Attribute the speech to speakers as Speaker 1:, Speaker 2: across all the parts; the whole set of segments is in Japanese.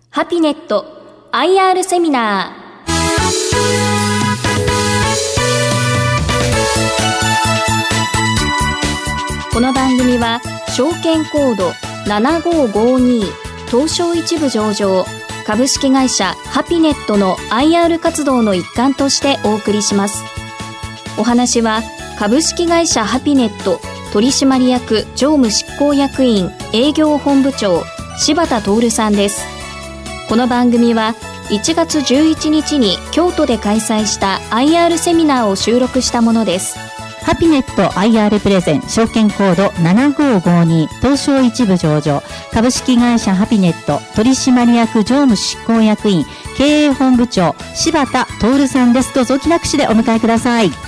Speaker 1: ハピネット IR セミナー。この番組は証券コード7552東証一部上場株式会社ハピネットの IR 活動の一環としてお送りします。お話は株式会社ハピネット取締役常務執行役員営業本部長柴田徹さんです。この番組は1月11日に京都で開催した IR セミナーを収録したものです。
Speaker 2: ハピネット IR プレゼン証券コード7552東証一部上場株式会社ハピネット取締役常務執行役員経営本部長柴田徹さんです。どうぞ大きな拍手でお迎えください。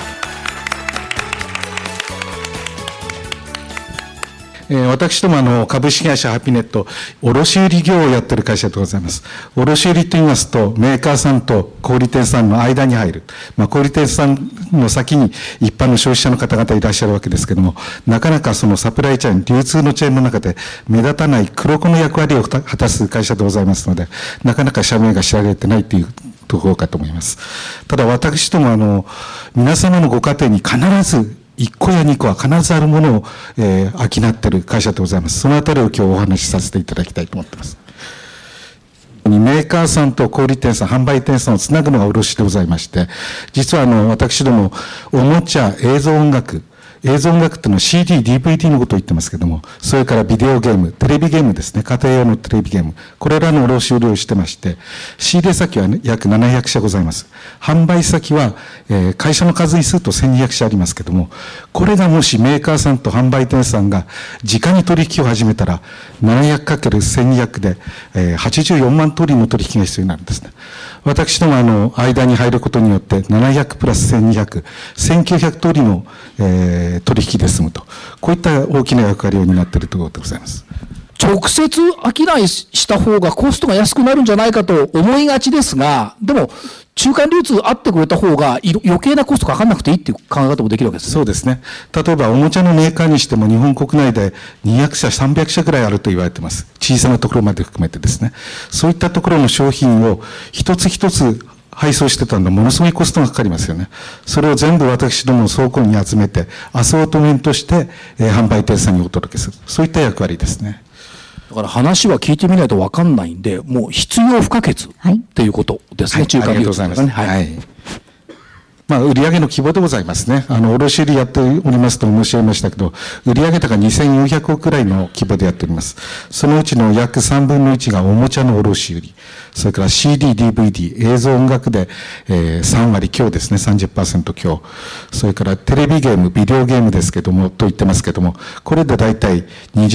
Speaker 3: 私ども株式会社ハピネット卸売業をやっている会社でございます。卸売と言いますとメーカーさんと小売店さんの間に入る、小売店さんの先に一般の消費者の方々いらっしゃるわけですけれども、なかなかそのサプライチェーン流通のチェーンの中で目立たない黒子の役割を果たす会社でございますので、なかなか社名が知られてないというところかと思います。ただ私ども皆様のご家庭に必ず1個や2個は必ずあるものを、商っている会社でございます。そのあたりを今日お話しさせていただきたいと思っています。メーカーさんと小売店さん、販売店さんをつなぐのが卸でございまして、実は私ども、おもちゃ、映像音楽っていうのは CD、DVD のことを言ってますけども、それからビデオゲーム、テレビゲームですね、家庭用のテレビゲーム、これらの卸売をしてまして、仕入れ先は、約700社ございます。販売先は、会社の数にすると1200社ありますけども、これがもしメーカーさんと販売店さんが直に取引を始めたら、700×1200 で、84万通りの取引が必要になるんですね。私ども間に入ることによって700プラス1200、1900通りの、取引で済むと。こういった大きな役割を担っているところでございます。
Speaker 4: 直接商いした方がコストが安くなるんじゃないかと思いがちですが、でも中間流通あってくれた方が余計なコストかかんなくていいっていう考え方もできるわけですね。
Speaker 3: そうですね。例えばおもちゃのメーカーにしても日本国内で200社、300社くらいあると言われています。小さなところまで含めてですね。そういったところの商品を一つ一つ配送してたんで、ものすごいコストがかかりますよね。それを全部私どもの倉庫に集めて、アソートメントして、販売店さんにお届けする。そういった役割ですね。
Speaker 4: だから話は聞いてみないと分かんないんで、もう必要不可欠っていうことですね、
Speaker 3: はい、
Speaker 4: 中間流通ですね。
Speaker 3: はい。売上の規模でございますね。卸売やっておりますと申し上げましたけど、売上高2400億くらいの規模でやっております。そのうちの約3分の1がおもちゃの卸売。それから CD、DVD、映像音楽で、3割強ですね、30% 強。それからテレビゲーム、ビデオゲームですけども、と言ってますけども、これで大体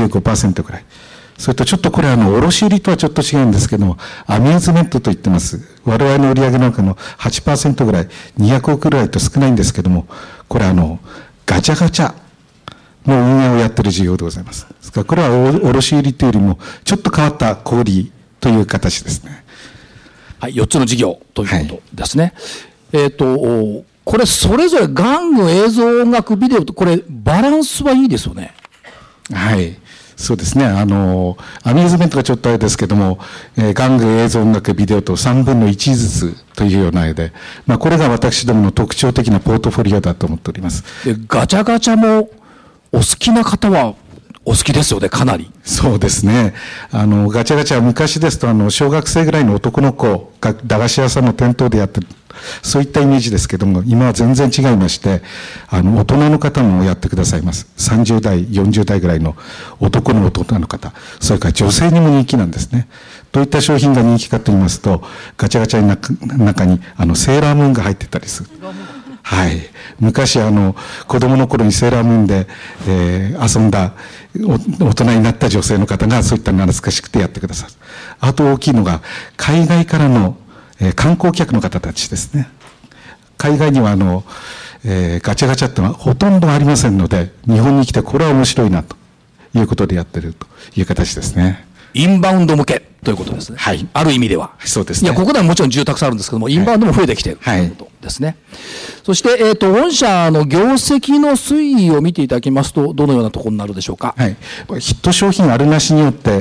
Speaker 3: 25% くらい。それとちょっとこれ卸売とはちょっと違うんですけども、アミューズメントと言ってます。我々の売上の中の 8% ぐらい、200億ぐらいと少ないんですけども、これガチャガチャの運営をやっている事業でございます。ですからこれは卸売というよりも、ちょっと変わった小売という形ですね。
Speaker 4: はい、4つの事業ということですね。これそれぞれ玩具、映像、音楽、ビデオと、これバランスはいいですよね。
Speaker 3: はい。そうですね。アミューズメントがちょっとあれですけども、玩具、映像、音楽、ビデオと3分の1ずつというような絵で、これが私どもの特徴的なポートフォリオだと思っております。
Speaker 4: で、ガチャガチャもお好きな方はお好きですよね、かなり。
Speaker 3: そうですね。ガチャガチャは昔ですと、小学生ぐらいの男の子が駄菓子屋さんの店頭でやってる。そういったイメージですけども、今は全然違いまして、大人の方もやってくださいます。30代、40代ぐらいの男の大人の方。それから女性にも人気なんですね。どういった商品が人気かと言いますと、ガチャガチャの中に、セーラームーンが入ってたりする。はい。昔、子供の頃にセーラームーンで、遊んだ、大人になった女性の方が、そういった懐かしくてやってくださる。あと大きいのが、海外からの、観光客の方たちですね。海外にはガチャガチャってのはほとんどありませんので、日本に来てこれは面白いなということでやっているという形ですね。
Speaker 4: インバウンド向けということですね。
Speaker 3: はい。
Speaker 4: ある意味では。
Speaker 3: そうですね。
Speaker 4: いや、ここではもちろんたくさんあるんですけども、インバウンドも増えてきているということですね。そして、御社の業績の推移を見ていただきますと、どのようなところになるでしょうか。
Speaker 3: はい。ヒット商品あるなしによって、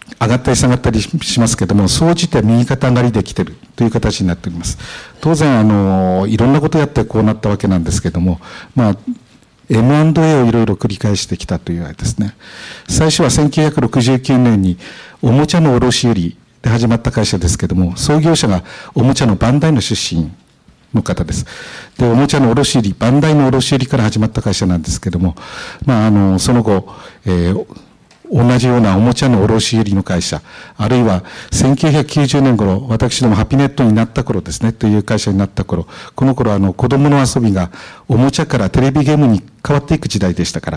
Speaker 3: 上がったり下がったりしますけども、総じて右肩上がりできているという形になっております。当然いろんなことをやってこうなったわけなんですけども、M&A をいろいろ繰り返してきたというあれですね。最初は1969年におもちゃの卸売で始まった会社ですけども、創業者がおもちゃのバンダイの出身の方です。で、おもちゃの卸売、バンダイの卸売から始まった会社なんですけども、その後、同じようなおもちゃの卸売の会社、あるいは1990年頃、私どもハピネットになった頃ですね、という会社になった頃、この頃子供の遊びがおもちゃからテレビゲームに変わっていく時代でしたから、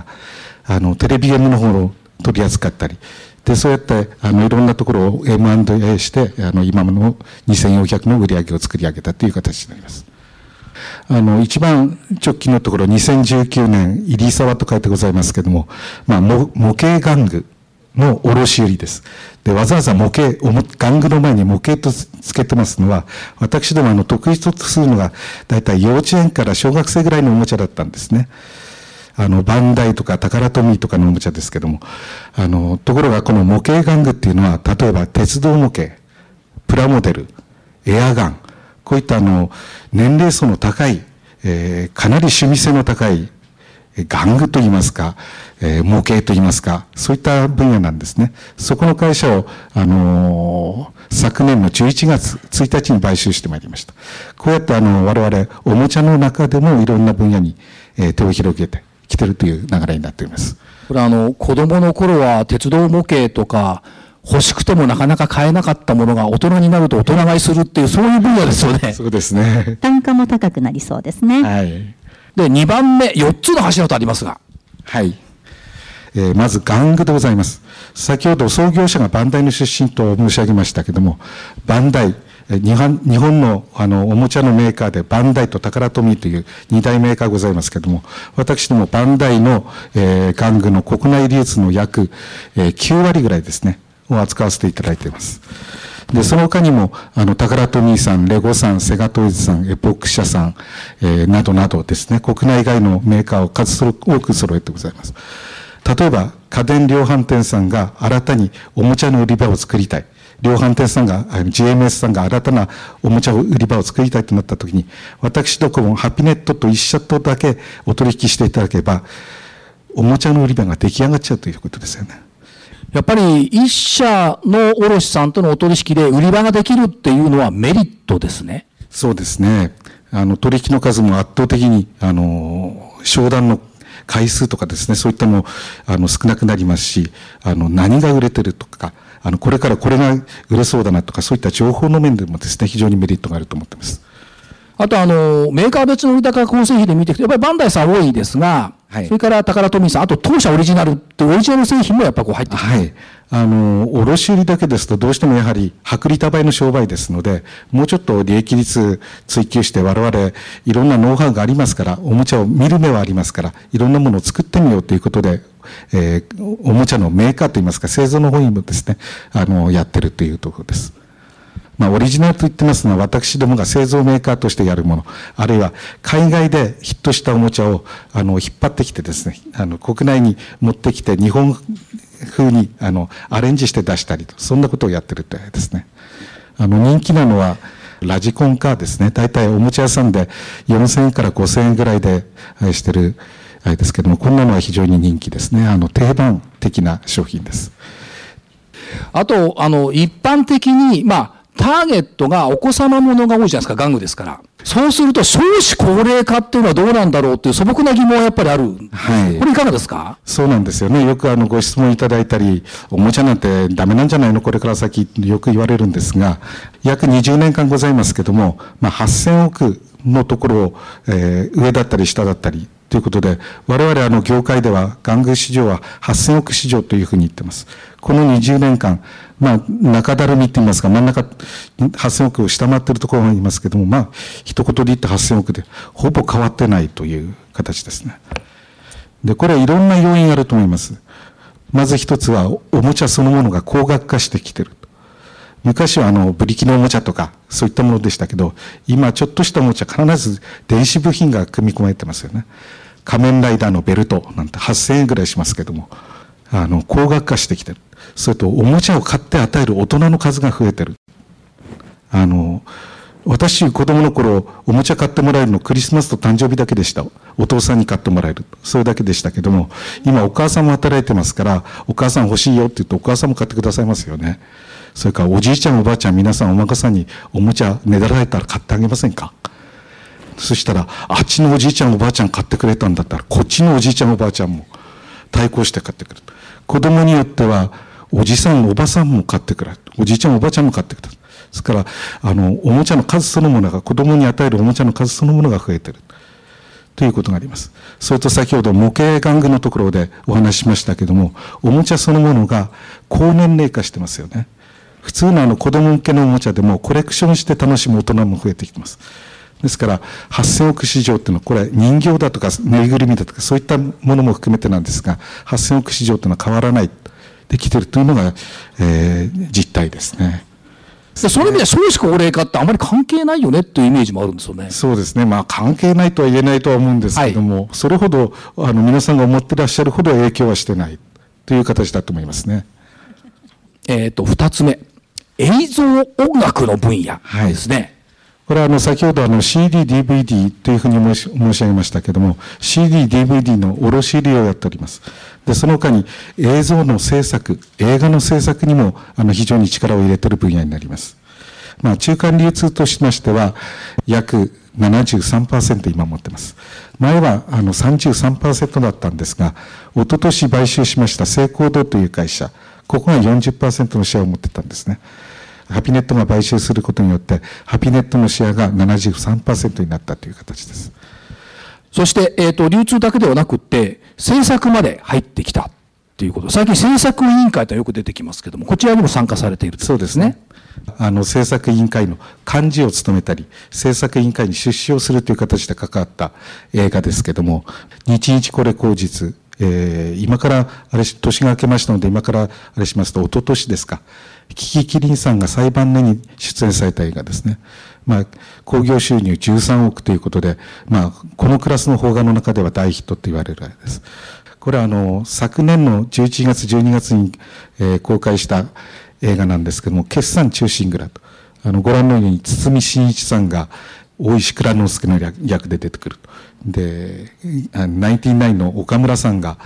Speaker 3: テレビゲームの方を取り扱ったり、で、そうやって、いろんなところを M&A して、今の2400の売り上げを作り上げたという形になります。一番直近のところ、2019年、入沢と書いてございますけれども、模型玩具の卸売です。で、わざわざ玩具の前に模型とつけてますのは、私ども得意とするのが、だいたい幼稚園から小学生ぐらいのおもちゃだったんですね。バンダイとかタカラトミーとかのおもちゃですけども、ところがこの模型玩具っていうのは、例えば鉄道模型、プラモデル、エアガン、こういった年齢層の高い、かなり趣味性の高い玩具といいますか、模型といいますか、そういった分野なんですね。そこの会社を、昨年の11月1日に買収してまいりました。こうやって我々、おもちゃの中でもいろんな分野に、手を広げてきているという流れになっております。
Speaker 4: これ子供の頃は鉄道模型とか、欲しくてもなかなか買えなかったものが大人になると大人買いするっていう、そういう分野ですよね。
Speaker 3: そうですね。
Speaker 2: 単価も高くなりそうですね。
Speaker 3: はい。
Speaker 4: で、2番目、4つの柱とありますが。
Speaker 3: はい。まず玩具でございます。先ほど創業者がバンダイの出身と申し上げましたけども、バンダイ、日本のおもちゃのメーカーでバンダイとタカラトミーという2大メーカーございますけども、私どもバンダイの、玩具の国内流通の約、9割ぐらいですね、を扱わせていただいています。で、その他にも、タカラトミーさん、レゴさん、セガトイズさん、エポック社さん、などなどですね、国内外のメーカーを多く揃えてございます。例えば、家電量販店さんが新たにおもちゃの売り場を作りたい。量販店さんが、GMS さんが新たなおもちゃ売り場を作りたいとなったときに、私どもハピネットと一社とだけお取引していただければ、おもちゃの売り場が出来上がっちゃうということですよね。
Speaker 4: やっぱり一社の卸さんとのお取引で売り場ができるっていうのはメリットですね。
Speaker 3: そうですね。取引の数も圧倒的に、商談の回数とかですね、そういったも少なくなりますし、何が売れてるとか、これからこれが売れそうだなとか、そういった情報の面でもですね、非常にメリットがあると思っています。
Speaker 4: あとメーカー別の売高構成比で見ていくと、やっぱりバンダイさん多いですが、はい、それからタカラトミーさん、あと当社オリジナルってオリジナル製品もやっぱり入ってきます。はい。
Speaker 3: 卸売だけですとどうしてもやはり薄利多売の商売ですので、もうちょっと利益率追求して我々いろんなノウハウがありますから、おもちゃを見る目はありますから、いろんなものを作ってみようということで、おもちゃのメーカーといいますか、製造の方にもですね、やってるというところです。オリジナルと言ってますのは私どもが製造メーカーとしてやるもの、あるいは海外でヒットしたおもちゃを引っ張ってきてですね、国内に持ってきて日本風にアレンジして出したりと、そんなことをやってるってですね。人気なのはラジコンカーですね。大体おもちゃ屋さんで4000円から5000円ぐらいでしてるあれですけども、こんなのは非常に人気ですね。定番的な商品です。
Speaker 4: あと一般的にターゲットがお子様ものが多いじゃないですか、玩具ですから。そうすると少子高齢化っていうのはどうなんだろうっていう素朴な疑問はやっぱりある。はい。これいかがですか？
Speaker 3: そうなんですよね。よくご質問いただいたり、おもちゃなんてダメなんじゃないのこれから先よく言われるんですが、約20年間ございますけども、8000億のところを、上だったり下だったり、ということで、我々業界では玩具市場は8000億市場というふうに言ってます。この20年間、中だるみって言いますか、真ん中8000億を下回っているところがありますけども、一言で言って8000億で、ほぼ変わってないという形ですね。で、これはいろんな要因あると思います。まず一つは、おもちゃそのものが高額化してきている。昔はブリキのおもちゃとか、そういったものでしたけど、今ちょっとしたおもちゃ必ず電子部品が組み込まれてますよね。仮面ライダーのベルトなんて8000円ぐらいしますけども、 高額化してきてる。それと、おもちゃを買って与える大人の数が増えてる。私、子供の頃、おもちゃ買ってもらえるのクリスマスと誕生日だけでした。お父さんに買ってもらえる。それだけでしたけども、今お母さんも働いてますから、お母さん欲しいよって言うとお母さんも買ってくださいますよね。それからおじいちゃんおばあちゃん皆さんお孫さんにおもちゃねだられたら買ってあげませんか？そしたら、あっちのおじいちゃんおばあちゃん買ってくれたんだったら、こっちのおじいちゃんおばあちゃんも対抗して買ってくる。子供によっては、おじさんおばさんも買ってくれる。おじいちゃんおばあちゃんも買ってくれる。ですから、おもちゃの数そのものが、子供に与えるおもちゃの数そのものが増えている。ということがあります。それと先ほど模型玩具のところでお話ししましたけども、おもちゃそのものが高年齢化してますよね。普通の子供向けのおもちゃでもコレクションして楽しむ大人も増えてきてます。ですから、8000億市場っていうのは、これ人形だとかぬいぐるみだとかそういったものも含めてなんですが、8000億市場っていうのは変わらないできているというのが、実態ですね。
Speaker 4: その意味では少子高齢化ってあまり関係ないよねっていうイメージもあるんですよね。
Speaker 3: そうですね。関係ないとは言えないとは思うんですけども、それほど、皆さんが思ってらっしゃるほど影響はしてないという形だと思いますね。
Speaker 4: 二つ目。映像音楽の分野ですね。はい、
Speaker 3: これは先ほどCD、DVD というふうに申し上げましたけども、CD、DVD の卸売りをやっております。で、その他に映像の制作、映画の制作にも非常に力を入れている分野になります。中間流通としましては、約 73% 今持ってます。前は33% だったんですが、一昨年買収しましたセイコードという会社、ここが 40% のシェアを持ってたんですね。ハピネットが買収することによって、ハピネットのシェアが 73% になったという形です。
Speaker 4: そして、流通だけではなくって、制作まで入ってきたということ。最近制作委員会とよく出てきますけども、こちらにも参加されているということですね。
Speaker 3: 制作委員会の幹事を務めたり、制作委員会に出資をするという形で関わった映画ですけども、日々これ口実、今から、年が明けましたので、今からしますと、一昨年ですか。キキキリンさんが最晩年に出演された映画ですね。興行収入13億ということで、このクラスの邦画の中では大ヒットと言われるあれです。これは昨年の11月、12月に、公開した映画なんですけども、決算忠臣蔵と。ご覧のように、堤真一さんが大石内蔵助の役で出てくると。で、ナインティナインの岡村さんが、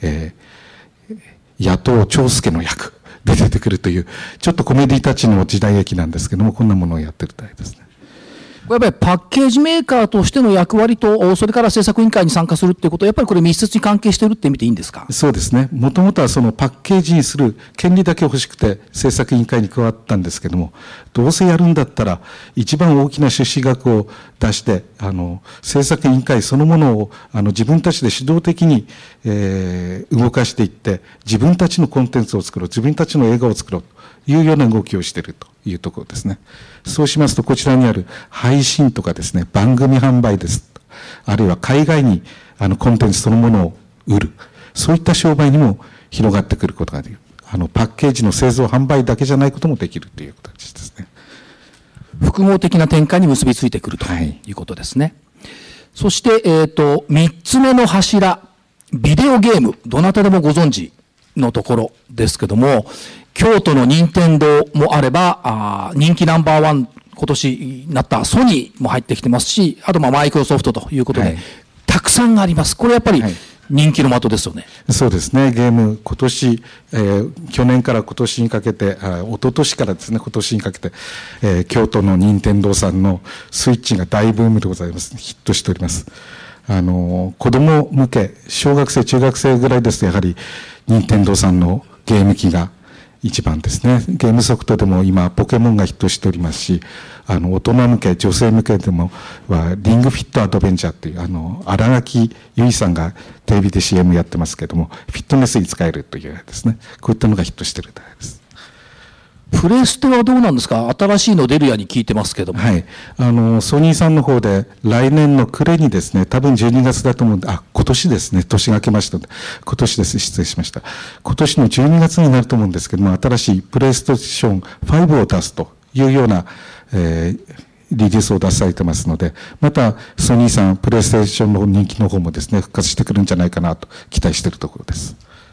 Speaker 3: 野党長介の役で出てくるという、ちょっとコメディたちの時代劇なんですけども、こんなものをやってるみたいですね。
Speaker 4: やっぱりパッケージメーカーとしての役割と、それから制作委員会に参加するっていうことは、やっぱりこれ密接に関係しているって見ていいんですか？
Speaker 3: そうですね。もともとはそのパッケージにする権利だけ欲しくて制作委員会に加わったんですけども、どうせやるんだったら一番大きな出資額を出して、制作委員会そのものを自分たちで主導的に、動かしていって、自分たちのコンテンツを作ろう、自分たちの映画を作ろうというような動きをしているというところですね。そうしますと、こちらにある配信とかですね、番組販売です。あるいは海外にコンテンツそのものを売る。そういった商売にも広がってくることができる。パッケージの製造販売だけじゃないこともできるという形ですね。
Speaker 4: 複合的な展開に結びついてくるということですね。そして、三つ目の柱、ビデオゲーム、どなたでもご存知のところですけども、京都の任天堂もあれば、人気ナンバーワン、今年になったソニーも入ってきてますし、あとマイクロソフトということで、たくさんあります。これやっぱり人気の的ですよね。
Speaker 3: そうですね。ゲーム、今年、去年から今年にかけて、一昨年からですね、今年にかけて、京都の任天堂さんのスイッチが大ブームでございます。ヒットしております。子供向け、小学生、中学生ぐらいですと、やはり任天堂さんのゲーム機が一番ですね。ゲームソフトでも今、ポケモンがヒットしておりますし、大人向け、女性向けでも、リングフィットアドベンチャーっていう、新垣結衣さんがテレビで CM やってますけども、フィットネスに使えるというですね、こういったのがヒットしているみたいです。
Speaker 4: プレステはどうなんですか？新しいの出るやに聞いてますけども。
Speaker 3: はい。ソニーさんの方で、来年の暮れにですね、多分12月だと思うんで、今年ですね、年が明けましたので、今年です、失礼しました。今年の12月になると思うんですけども、新しいプレイステーション5を出すというような、リリースを出されてますので、また、ソニーさん、プレイステーションの人気の方もですね、復活してくるんじゃないかなと期待しているところです。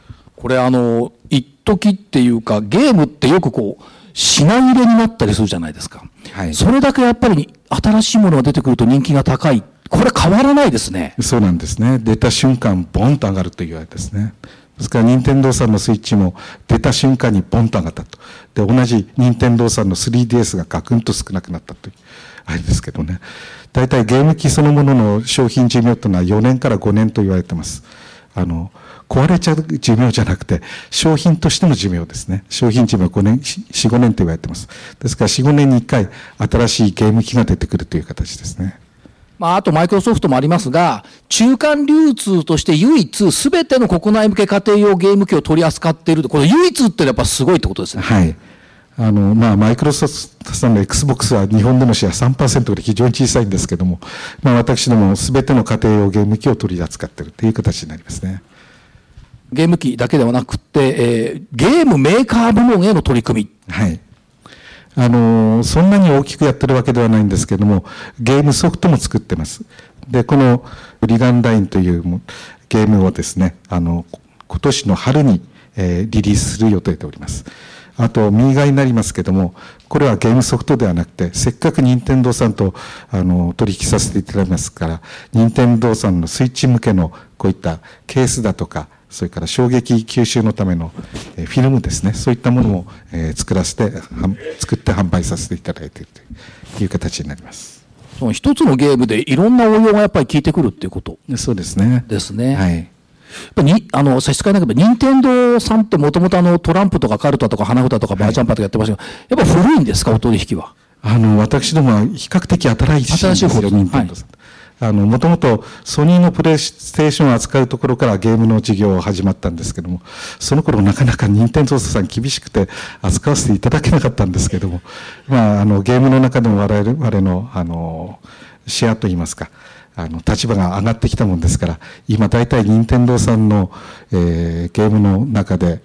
Speaker 4: これ一時っていうか、ゲームってよくこう、品切れになったりするじゃないですか。
Speaker 3: はい、
Speaker 4: それだけやっぱり新しいものが出てくると人気が高い。これ変わらないですね。
Speaker 3: そうなんですね。出た瞬間、ボンと上がるというわけですね。ですから、任天堂さんのスイッチも出た瞬間にボンと上がったと。で、同じ任天堂さんの 3DS がガクンと少なくなったという、あれですけどね。大体ゲーム機そのものの商品寿命というのは4年から5年と言われています。壊れちゃう寿命じゃなくて、商品としての寿命ですね。商品寿命5年、4、5年と言われています。ですから、4、5年に1回、新しいゲーム機が出てくるという形ですね。
Speaker 4: あとマイクロソフトもありますが、中間流通として唯一、すべての国内向け家庭用ゲーム機を取り扱っている。これ唯一ってやっぱすごいってことですね。
Speaker 3: はい。マイクロソフトさんの Xbox は日本でのシェア 3% で非常に小さいんですけども、私どもすべての家庭用ゲーム機を取り扱っているという形になりますね。
Speaker 4: ゲーム機だけではなくて、ゲームメーカー部門への取り組み。
Speaker 3: はい。そんなに大きくやってるわけではないんですけども、ゲームソフトも作ってます。で、このリガンラインというゲームをですね、今年の春に、リリースする予定でおります。あと、右側になりますけども、これはゲームソフトではなくて、せっかく任天堂さんと、取引させていただきますから、任天堂さんのスイッチ向けのこういったケースだとか、それから衝撃吸収のためのフィルムですね、そういったものを作って販売させていただいているという形になります。
Speaker 4: その一つのゲームでいろんな応用がやっぱり効いてくるっていうこと。
Speaker 3: そうですね。
Speaker 4: ですね。
Speaker 3: はい。
Speaker 4: やっぱ差し支えなければ、任天堂さんってもともとトランプとかカルタとか花札とかバージョンパーとかやってましたけど、やっぱ古いんですか、お取引は。
Speaker 3: 私どもは比較的新しいんですよ、任天堂さん。もともとソニーのプレイステーションを扱うところからゲームの事業を始まったんですけども、その頃なかなか任天堂さん厳しくて扱わせていただけなかったんですけども、ゲームの中でも我々の、シェアといいますか、立場が上がってきたもんですから、今大体任天堂さんの、ゲームの中で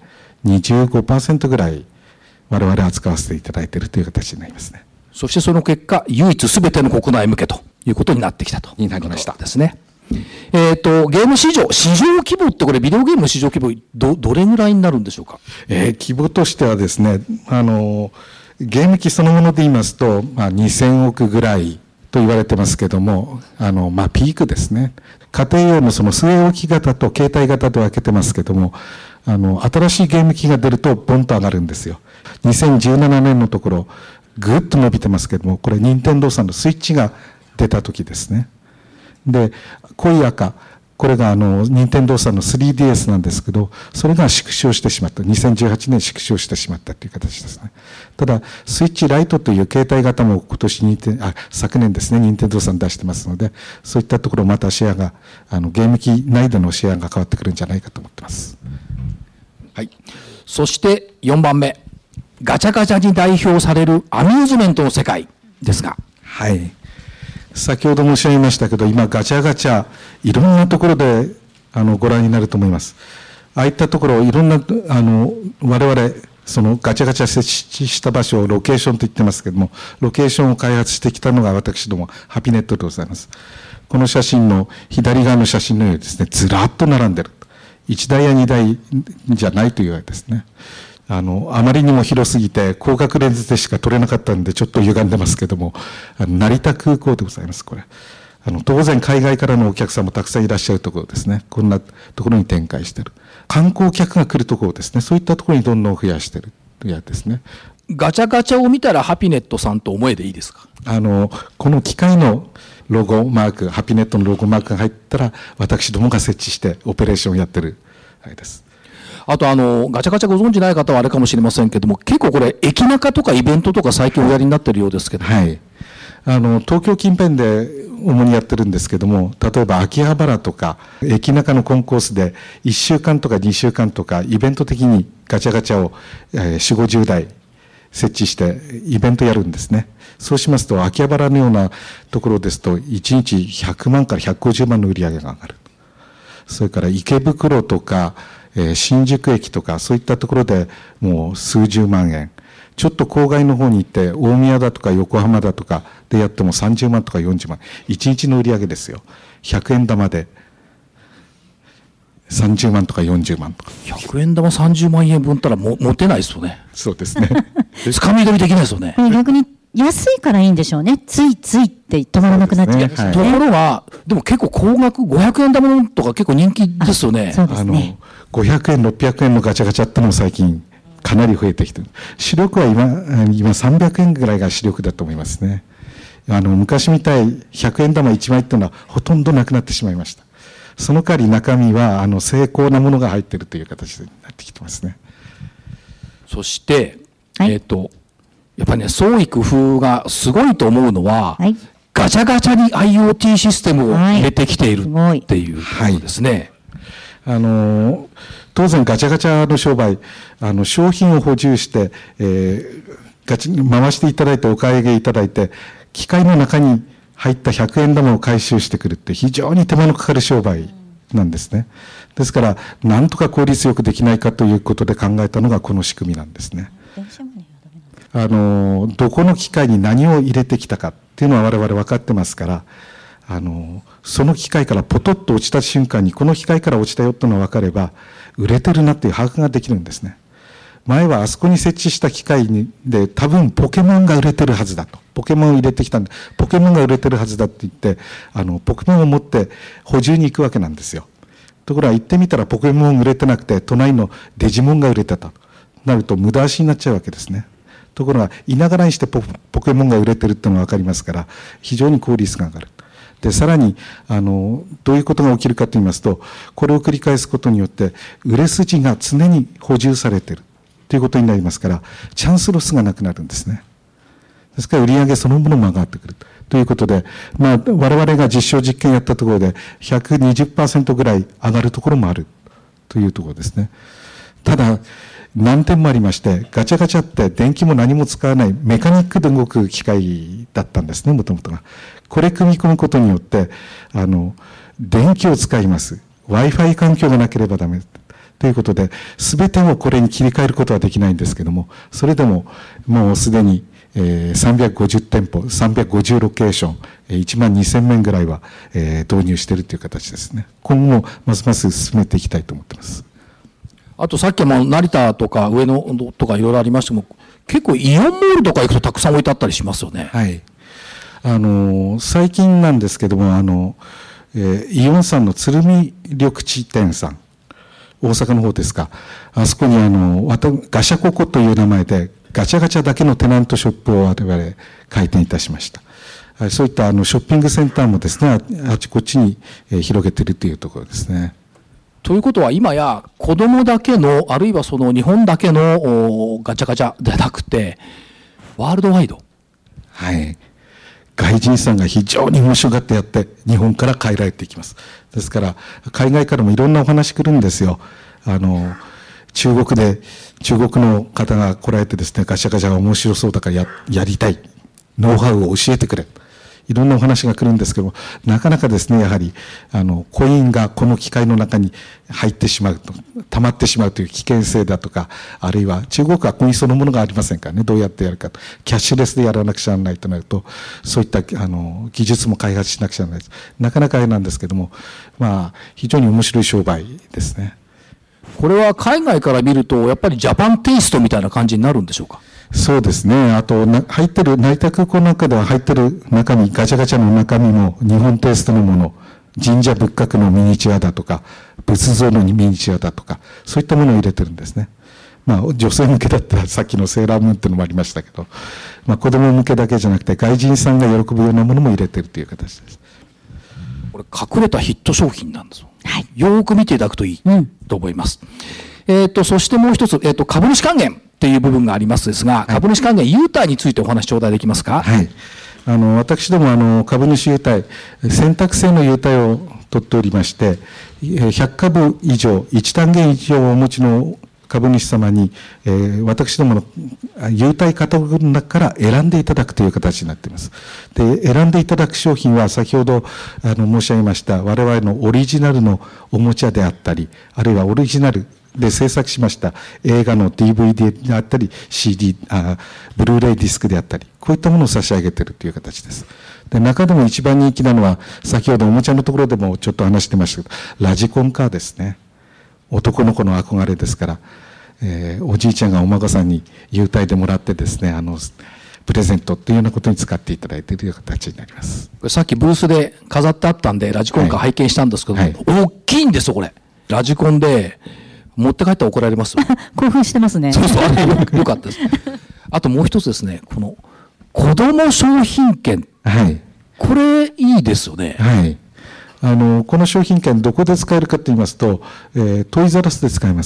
Speaker 3: 25% ぐらい我々扱わせていただいているという形になりますね。
Speaker 4: そしてその結果、唯一すべての国内向けということになってきたと。
Speaker 3: になりました。
Speaker 4: ですね。ゲーム市場規模ってこれビデオゲームの市場規模どれぐらいになるんでしょうか。
Speaker 3: 規模としてはですね、ゲーム機そのもので言いますと、2000億ぐらいと言われてますけども、ピークですね。家庭用のその据え置き型と携帯型で分けてますけども、新しいゲーム機が出るとボンと上がるんですよ。2017年のところ、ぐっと伸びてますけども、これ任天堂さんのスイッチが出た時ですね。で、濃い赤、これが任天堂さんの 3DS なんですけど、それが縮小してしまった。2018年縮小してしまったという形ですね。ただ、スイッチライトという携帯型も昨年ですね、任天堂さん出してますので、そういったところまたシェアが、ゲーム機内でのシェアが変わってくるんじゃないかと思ってます。
Speaker 4: はい。そして4番目。ガチャガチャに代表されるアミューズメントの世界ですが。
Speaker 3: はい。先ほど申し上げましたけど、今ガチャガチャ、いろんなところでご覧になると思います。ああいったところ、いろんな、我々、そのガチャガチャ設置した場所をロケーションと言ってますけども、ロケーションを開発してきたのが私ども、ハピネットでございます。この写真の左側の写真のようにですね、ずらっと並んでる。1台や2台じゃないというわけですね。あまりにも広すぎて、広角レンズでしか撮れなかったんで、ちょっと歪んでますけども、成田空港でございます、これ。当然、海外からのお客さんもたくさんいらっしゃるところですね。こんなところに展開している。観光客が来るところですね。そういったところにどんどん増やしているというやつですね。
Speaker 4: ガチャガチャを見たらハピネットさんと思えでいいですか。
Speaker 3: この機械のロゴマーク、ハピネットのロゴマークが入ったら、私どもが設置してオペレーションをやってる、あれです。
Speaker 4: あとガチャガチャご存じない方はあれかもしれませんけども、結構これ駅中とかイベントとか最近おやりになってるようですけど。
Speaker 3: はい。東京近辺で主にやってるんですけども、例えば秋葉原とか駅中のコンコースで1週間とか2週間とかイベント的にガチャガチャを4、50台設置してイベントやるんですね。そうしますと秋葉原のようなところですと1日100万から150万の売り上げが上がる。それから池袋とか新宿駅とかそういったところでもう数十万円。ちょっと郊外の方に行って大宮だとか横浜だとかでやっても30万とか40万。1日の売り上げですよ。100円玉で。 30万とか40万とか。
Speaker 4: 100円玉30万円分ったら持てないですよね。
Speaker 3: そうですね。
Speaker 4: つかみ取りできないですよね。
Speaker 2: 逆に安いからいいんでしょうね。ついついって止まらなくなっちゃうんですよね。
Speaker 4: ところが、でも結構高額、500円玉とか結構人気ですよね。
Speaker 2: そうですね。
Speaker 3: 500円、600円のガチャガチャってのも最近かなり増えてきてる。主力は今300円ぐらいが主力だと思いますね。昔みたい100円玉1枚っていうのはほとんどなくなってしまいました。その代わり中身は精巧なものが入っているという形になってきてますね。
Speaker 4: そして、
Speaker 2: はい、
Speaker 4: やっぱりね、創意工夫がすごいと思うのは、
Speaker 2: はい、
Speaker 4: ガチャガチャに IoT システムを入れてきているっていうところですね。
Speaker 3: 当然ガチャガチャの商売、商品を補充して、回していただいてお買い上げいただいて、機械の中に入った100円玉を回収してくるって非常に手間のかかる商売なんですね。ですから、なんとか効率よくできないかということで考えたのがこの仕組みなんですね。どこの機械に何を入れてきたかっていうのは我々分かってますから、その機械からポトッと落ちた瞬間にこの機械から落ちたよっていうのが分かれば、売れてるなっていう把握ができるんですね。前はあそこに設置した機械で多分ポケモンが売れてるはずだと。ポケモンを入れてきたんで、ポケモンが売れてるはずだって言って、ポケモンを持って補充に行くわけなんですよ。ところが行ってみたらポケモン売れてなくて、隣のデジモンが売れてたとなると無駄足になっちゃうわけですね。ところが、いながらにしてポケモンが売れてるっていうのが分かりますから、非常に効率が上がる。で、さらに、どういうことが起きるかと言いますと、これを繰り返すことによって、売れ筋が常に補充されているということになりますから、チャンスロスがなくなるんですね。ですから、売上そのものも上がってくるということで、我々が実証実験やったところで、120% ぐらい上がるところもあるというところですね。ただ、難点もありまして、ガチャガチャって電気も何も使わないメカニックで動く機械だったんですね、もともとが。これ組み込むことによって、電気を使います。Wi-Fi 環境がなければダメ。ということで、すべてをこれに切り替えることはできないんですけども、それでも、もうすでに、350店舗、350ロケーション、12000面ぐらいは、導入しているという形ですね。今後もますます進めていきたいと思っています。
Speaker 4: あとさっきも成田とか上野とかいろいろありましても、結構イオンモールとか行くとたくさん置いてあったりしますよね。
Speaker 3: はい。最近なんですけども、イオンさんの鶴見緑地店さん、大阪の方ですか。あそこにガシャココという名前でガチャガチャだけのテナントショップを我々開店いたしました。そういったショッピングセンターもですね、あちこちに広げているというところですね。
Speaker 4: ということは今や子供だけの、あるいはその日本だけのガチャガチャでなくて、ワールドワイド。
Speaker 3: はい。外人さんが非常に面白がってやって、日本から帰られていきます。ですから、海外からもいろんなお話来るんですよ。中国の方が来られてですね、ガチャガチャが面白そうだからやりたい。ノウハウを教えてくれ。いろんなお話が来るんですけども、なかなかですね、やはり、コインがこの機械の中に入ってしまうと、溜まってしまうという危険性だとか、あるいは中国はコインそのものがありませんからね、どうやってやるかと。キャッシュレスでやらなくちゃならないとなると、そういった、技術も開発しなくちゃならないです。なかなかあれなんですけども、非常に面白い商売ですね。
Speaker 4: これは海外から見ると、やっぱりジャパンテイストみたいな感じになるんでしょうか。
Speaker 3: そうですね。あと、入ってる、成田空港の中では入ってる中身、ガチャガチャの中身も日本テイストのもの、神社仏閣のミニチュアだとか、仏像のミニチュアだとか、そういったものを入れてるんですね。女性向けだったらさっきのセーラームーンっていうのもありましたけど、子供向けだけじゃなくて、外人さんが喜ぶようなものも入れてるという形です。
Speaker 4: これ、隠れたヒット商品なんですよ。
Speaker 2: はい。
Speaker 4: よーく見ていただくといいと思います。そしてもう一つ、株主還元っていう部分がありますですが、株主還元優待についてお話頂戴できますか。
Speaker 3: はい。私ども株主優待、選択制の優待を取っておりまして、100株以上、1単元以上をお持ちの株主様に、私どもの優待カタゴリーの中から選んでいただくという形になっています。で、選んでいただく商品は先ほど申し上げました我々のオリジナルのおもちゃであったり、あるいはオリジナルで制作しました映画の DVD であったり CD、ブルーレイディスクであったり、こういったものを差し上げているという形です。で、中でも一番人気なのは、先ほどおもちゃのところでもちょっと話してましたけど、ラジコンカーですね。 男の子の憧れですから、おじいちゃんがお孫さんに優待でもらってですね、プレゼントというようなことに使っていただいている形になります。
Speaker 4: これさっきブースで飾ってあったんで、ラジコンから拝見したんですけど、大きいんですよ、これ。ラジコンで持って帰ったら怒られますよ。
Speaker 2: 興奮してますね。
Speaker 4: そうそう、あれよかったです。あともう一つですね、この子供商品券。
Speaker 3: はい。
Speaker 4: これいいですよね。
Speaker 3: はい。この商品券どこで使えるかと言いますと、トイザらスで使えます。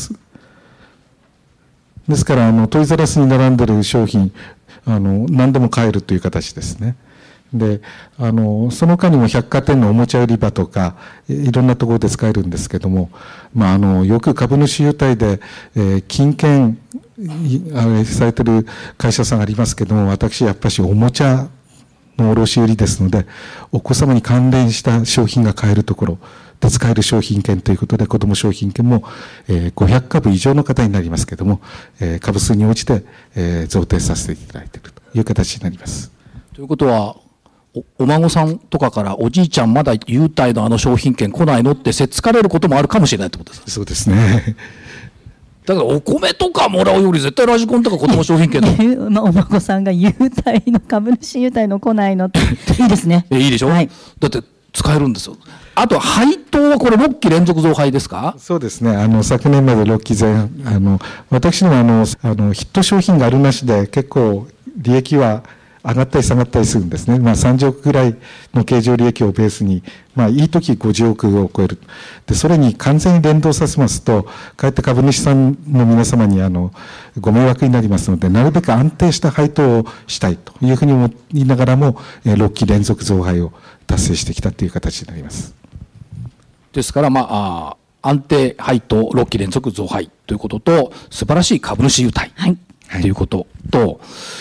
Speaker 3: ですから、トイザらスに並んでる商品、何でも買えるという形ですね。で、その他にも百貨店のおもちゃ売り場とか、いろんなところで使えるんですけども、よく株主優待で、金券、されてる会社さんありますけども、私、やっぱりおもちゃの卸売りですので、お子様に関連した商品が買えるところで使える商品券ということで、子ども商品券も、500株以上の方になりますけども、株数に応じて、贈呈させていただいているという形になります。
Speaker 4: ということは、お孫さんとかからおじいちゃんまだ優待の商品券来ないのってせっつかれることもあるかもしれないってことですか。
Speaker 3: そうですね。
Speaker 4: だからお米とかもらうより絶対ラジコンとか子供商品券
Speaker 2: お孫さんが優待の株主優待の来ないのっていいですね。
Speaker 4: いいでしょ、はい、だって使えるんですよ。あと配当はこれ6期連続増配ですか。
Speaker 3: そうですね。昨年まで6期前半、私どもヒット商品があるなしで結構利益は上がったり下がったりするんですね。30億ぐらいの経常利益をベースに、いい時50億を超える。で、それに完全に連動させますと、かえって株主さんの皆様にご迷惑になりますので、なるべく安定した配当をしたいというふうに思いながらも、6期連続増配を達成してきたという形になります。
Speaker 4: ですから、安定配当6期連続増配ということと、素晴らしい株主優待ということと、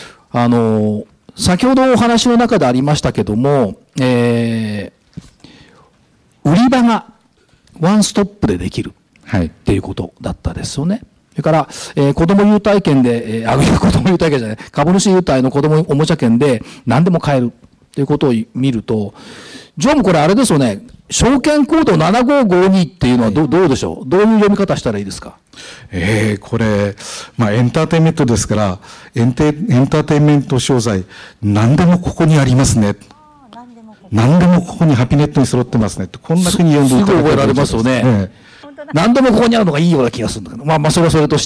Speaker 4: 先ほどお話の中でありましたけども、売り場がワンストップでできるっていうことだったですよね。それから、子供優待券で、子供優待券じゃない、株主優待の子供おもちゃ券で何でも買えるということを見ると、常務これあれですよね、証券コード7552っていうのはどうでしょう、どういう読み方したらいいですか。
Speaker 3: これ、エンターテインメントですから、エンターテインメント商材、何でもここにありますね。何でもここにハピネットに揃ってますね。こんなふうに読んでいただけると。すぐ覚えられますよね。何でもここにあるのがいいような気がするんだけど、それはそれとして、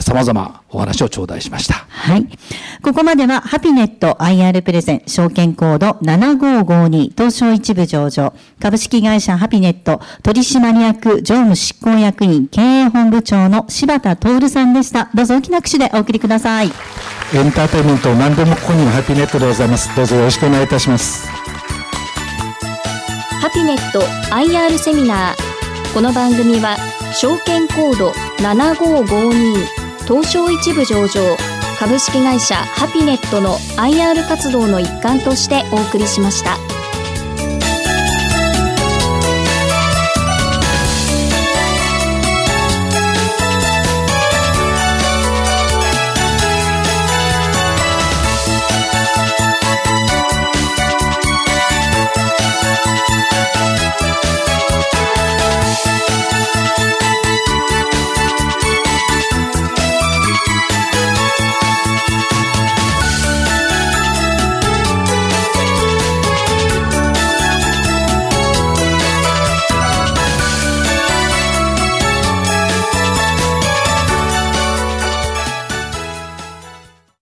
Speaker 3: 様々お話を頂戴しました。
Speaker 2: はい。ここまでは、ハピネット IR プレゼン、証券コード7552、東証一部上場、株式会社ハピネット、取締役常務執行役員、経営本部長の柴田徹さんでした。どうぞ大きな拍手でお送りください。
Speaker 3: エンターテインメント、何でもここにはハピネットでございます。どうぞよろしくお願いいたします。
Speaker 1: ハピネット IR セミナー。この番組は証券コード7552東証一部上場株式会社ハピネットの IR 活動の一環としてお送りしました。